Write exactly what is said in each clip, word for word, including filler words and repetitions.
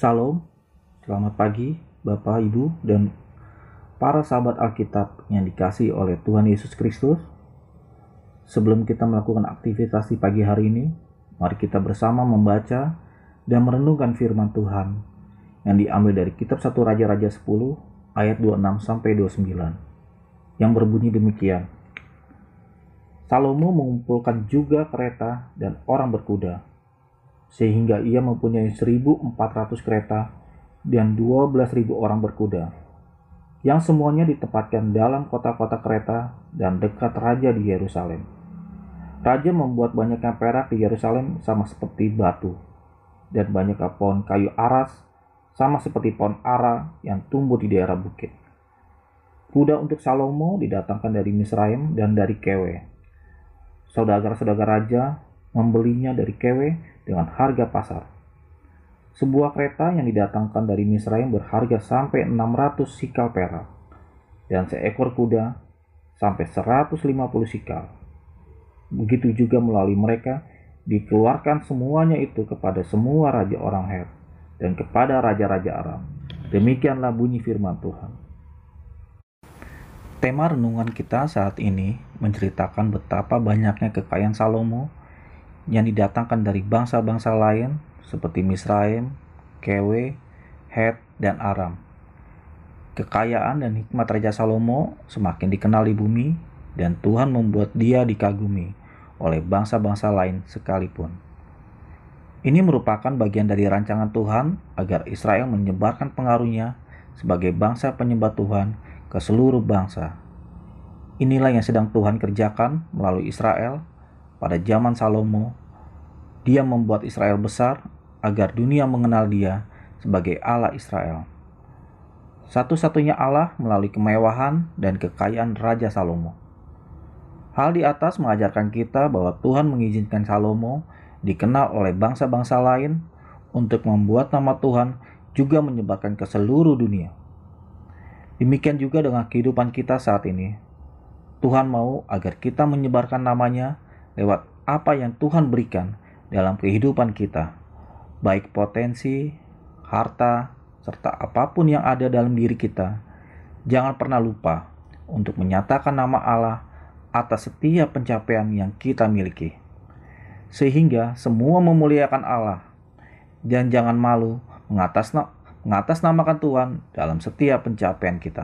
Salam, selamat pagi Bapak, Ibu, dan para sahabat Alkitab yang dikasihi oleh Tuhan Yesus Kristus. Sebelum kita melakukan aktivitas di pagi hari ini, mari kita bersama membaca dan merenungkan firman Tuhan yang diambil dari kitab satu Raja-Raja sepuluh ayat dua puluh enam sampai dua puluh sembilan yang berbunyi demikian. Salomo mengumpulkan juga kereta dan orang berkuda, sehingga ia mempunyai seribu empat ratus kereta dan dua belas ribu orang berkuda, yang semuanya ditempatkan dalam kota-kota kereta dan dekat raja di Yerusalem. Raja membuat banyaknya perak di Yerusalem sama seperti batu, dan banyaknya pohon kayu aras sama seperti pohon ara yang tumbuh di daerah bukit. Kuda untuk Salomo didatangkan dari Misraim dan dari Kewe. Saudagar-saudagar raja membelinya dari Kewe dengan harga pasar. Sebuah kereta yang didatangkan dari Misraim berharga sampai enam ratus sikal perak, dan seekor kuda sampai seratus lima puluh sikal. Begitu juga melalui mereka dikeluarkan semuanya itu kepada semua raja orang Het dan kepada raja-raja Aram. Demikianlah bunyi firman Tuhan. Tema renungan kita saat ini menceritakan betapa banyaknya kekayaan Salomo yang didatangkan dari bangsa-bangsa lain seperti Misraim, Kewe, Het, dan Aram. Kekayaan dan hikmat Raja Salomo semakin dikenal di bumi, dan Tuhan membuat dia dikagumi oleh bangsa-bangsa lain sekalipun. Ini merupakan bagian dari rancangan Tuhan agar Israel menyebarkan pengaruhnya sebagai bangsa penyembah Tuhan ke seluruh bangsa. Inilah yang sedang Tuhan kerjakan melalui Israel pada zaman Salomo. Dia membuat Israel besar agar dunia mengenal dia sebagai Allah Israel. Satu-satunya Allah melalui kemewahan dan kekayaan Raja Salomo. Hal di atas mengajarkan kita bahwa Tuhan mengizinkan Salomo dikenal oleh bangsa-bangsa lain untuk membuat nama Tuhan juga menyebarkan ke seluruh dunia. Demikian juga dengan kehidupan kita saat ini. Tuhan mau agar kita menyebarkan namanya lewat apa yang Tuhan berikan dalam kehidupan kita, baik potensi, harta, serta apapun yang ada dalam diri kita. Jangan pernah lupa untuk menyatakan nama Allah atas setiap pencapaian yang kita miliki, sehingga semua memuliakan Allah. Dan jangan malu mengatasna- mengatasnamakan Tuhan dalam setiap pencapaian kita.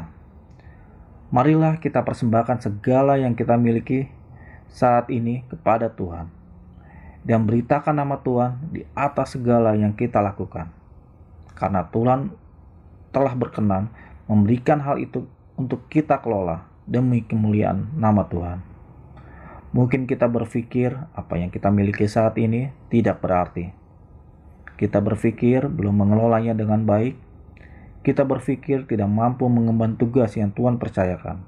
Marilah kita persembahkan segala yang kita miliki saat ini kepada Tuhan, dan beritakan nama Tuhan di atas segala yang kita lakukan, karena Tuhan telah berkenan memberikan hal itu untuk kita kelola demi kemuliaan nama Tuhan. Mungkin kita berpikir apa yang kita miliki saat ini tidak berarti. Kita berpikir belum mengelolanya dengan baik. Kita berpikir tidak mampu mengemban tugas yang Tuhan percayakan.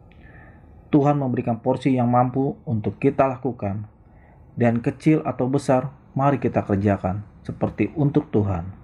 Tuhan memberikan porsi yang mampu untuk kita lakukan, dan kecil atau besar, mari kita kerjakan seperti untuk Tuhan.